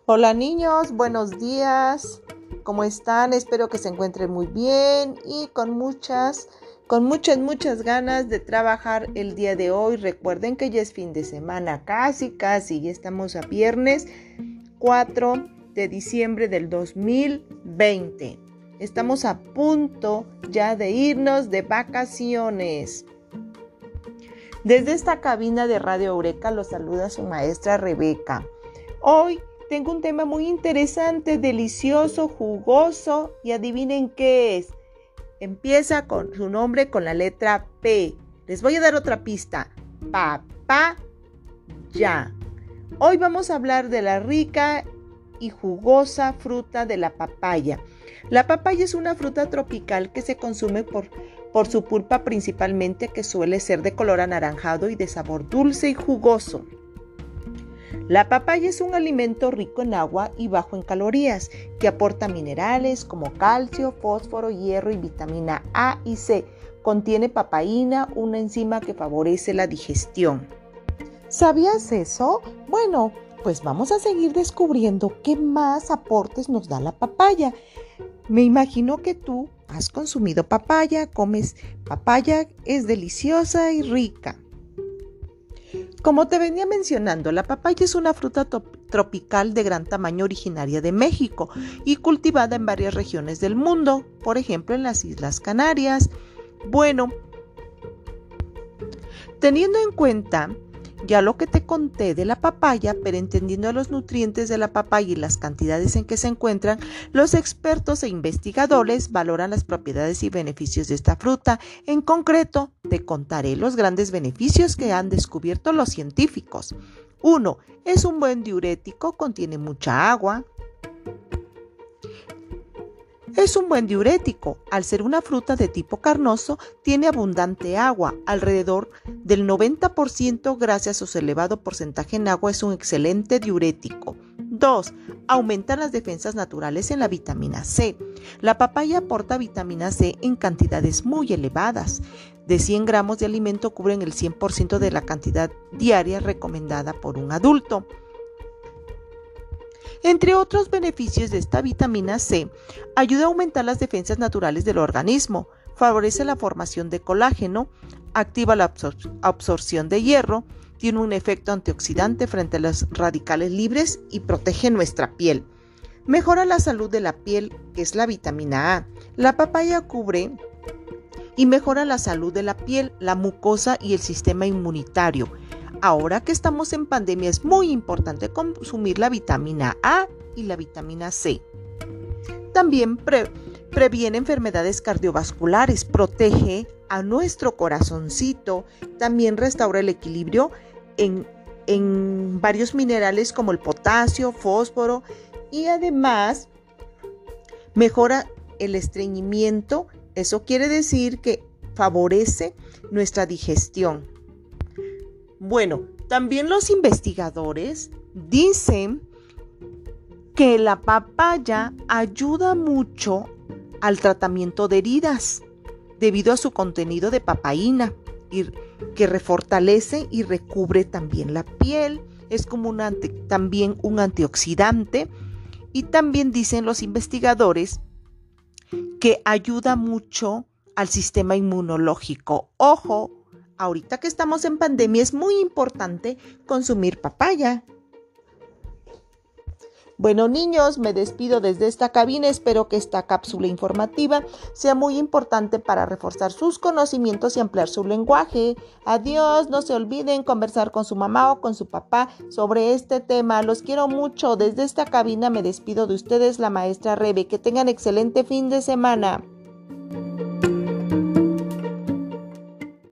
Hola niños, buenos días. ¿Cómo están? Espero que se encuentren muy bien y con muchas ganas de trabajar el día de hoy. Recuerden que ya es fin de semana, casi, ya estamos a viernes 4 de diciembre del 2020. Estamos a punto ya de irnos de vacaciones. Desde esta cabina de Radio Eureka los saluda su maestra Rebeca. Hoy tengo un tema muy interesante, delicioso, jugoso y adivinen qué es. Empieza con su nombre con la letra P. Les voy a dar otra pista. Papaya. Hoy vamos a hablar de la rica y jugosa fruta de la papaya. La papaya es una fruta tropical que se consume por su pulpa principalmente, que suele ser de color anaranjado y de sabor dulce y jugoso. La papaya es un alimento rico en agua y bajo en calorías, que aporta minerales como calcio, fósforo, hierro y vitamina A y C. Contiene papaína, una enzima que favorece la digestión. ¿Sabías eso? Bueno, pues vamos a seguir descubriendo qué más aportes nos da la papaya. Me imagino que tú has consumido papaya, comes papaya, es deliciosa y rica. Como te venía mencionando, la papaya es una fruta tropical de gran tamaño originaria de México y cultivada en varias regiones del mundo, por ejemplo en las Islas Canarias. Bueno, teniendo en cuenta ya lo que te conté de la papaya, pero entendiendo los nutrientes de la papaya y las cantidades en que se encuentran, los expertos e investigadores valoran las propiedades y beneficios de esta fruta. En concreto, te contaré los grandes beneficios que han descubierto los científicos. 1. Es un buen diurético, contiene mucha agua. Es un buen diurético. Al ser una fruta de tipo carnoso, tiene abundante agua. Alrededor del 90% gracias a su elevado porcentaje en agua es un excelente diurético. 2. Aumentan las defensas naturales en la vitamina C. La papaya aporta vitamina C en cantidades muy elevadas. De 100 gramos de alimento cubren el 100% de la cantidad diaria recomendada por un adulto. Entre otros beneficios de esta vitamina C, ayuda a aumentar las defensas naturales del organismo, favorece la formación de colágeno, activa la absorción de hierro, tiene un efecto antioxidante frente a los radicales libres y protege nuestra piel. Mejora la salud de la piel, que es la vitamina A. La papaya cubre y mejora la salud de la piel, la mucosa y el sistema inmunitario. Ahora que estamos en pandemia es muy importante consumir la vitamina A y la vitamina C. También previene enfermedades cardiovasculares, protege a nuestro corazoncito, también restaura el equilibrio en varios minerales como el potasio, fósforo y además mejora el estreñimiento. Eso quiere decir que favorece nuestra digestión. Bueno, también los investigadores dicen que la papaya ayuda mucho al tratamiento de heridas debido a su contenido de papaína, que refortalece y recubre también la piel. Es como también un antioxidante, y también dicen los investigadores que ayuda mucho al sistema inmunológico. Ojo, ahorita que estamos en pandemia es muy importante consumir papaya. Bueno niños, me despido desde esta cabina. Espero que esta cápsula informativa sea muy importante para reforzar sus conocimientos y ampliar su lenguaje. Adiós, no se olviden conversar con su mamá o con su papá sobre este tema. Los quiero mucho. Desde esta cabina me despido de ustedes, la maestra Rebe. Que tengan excelente fin de semana.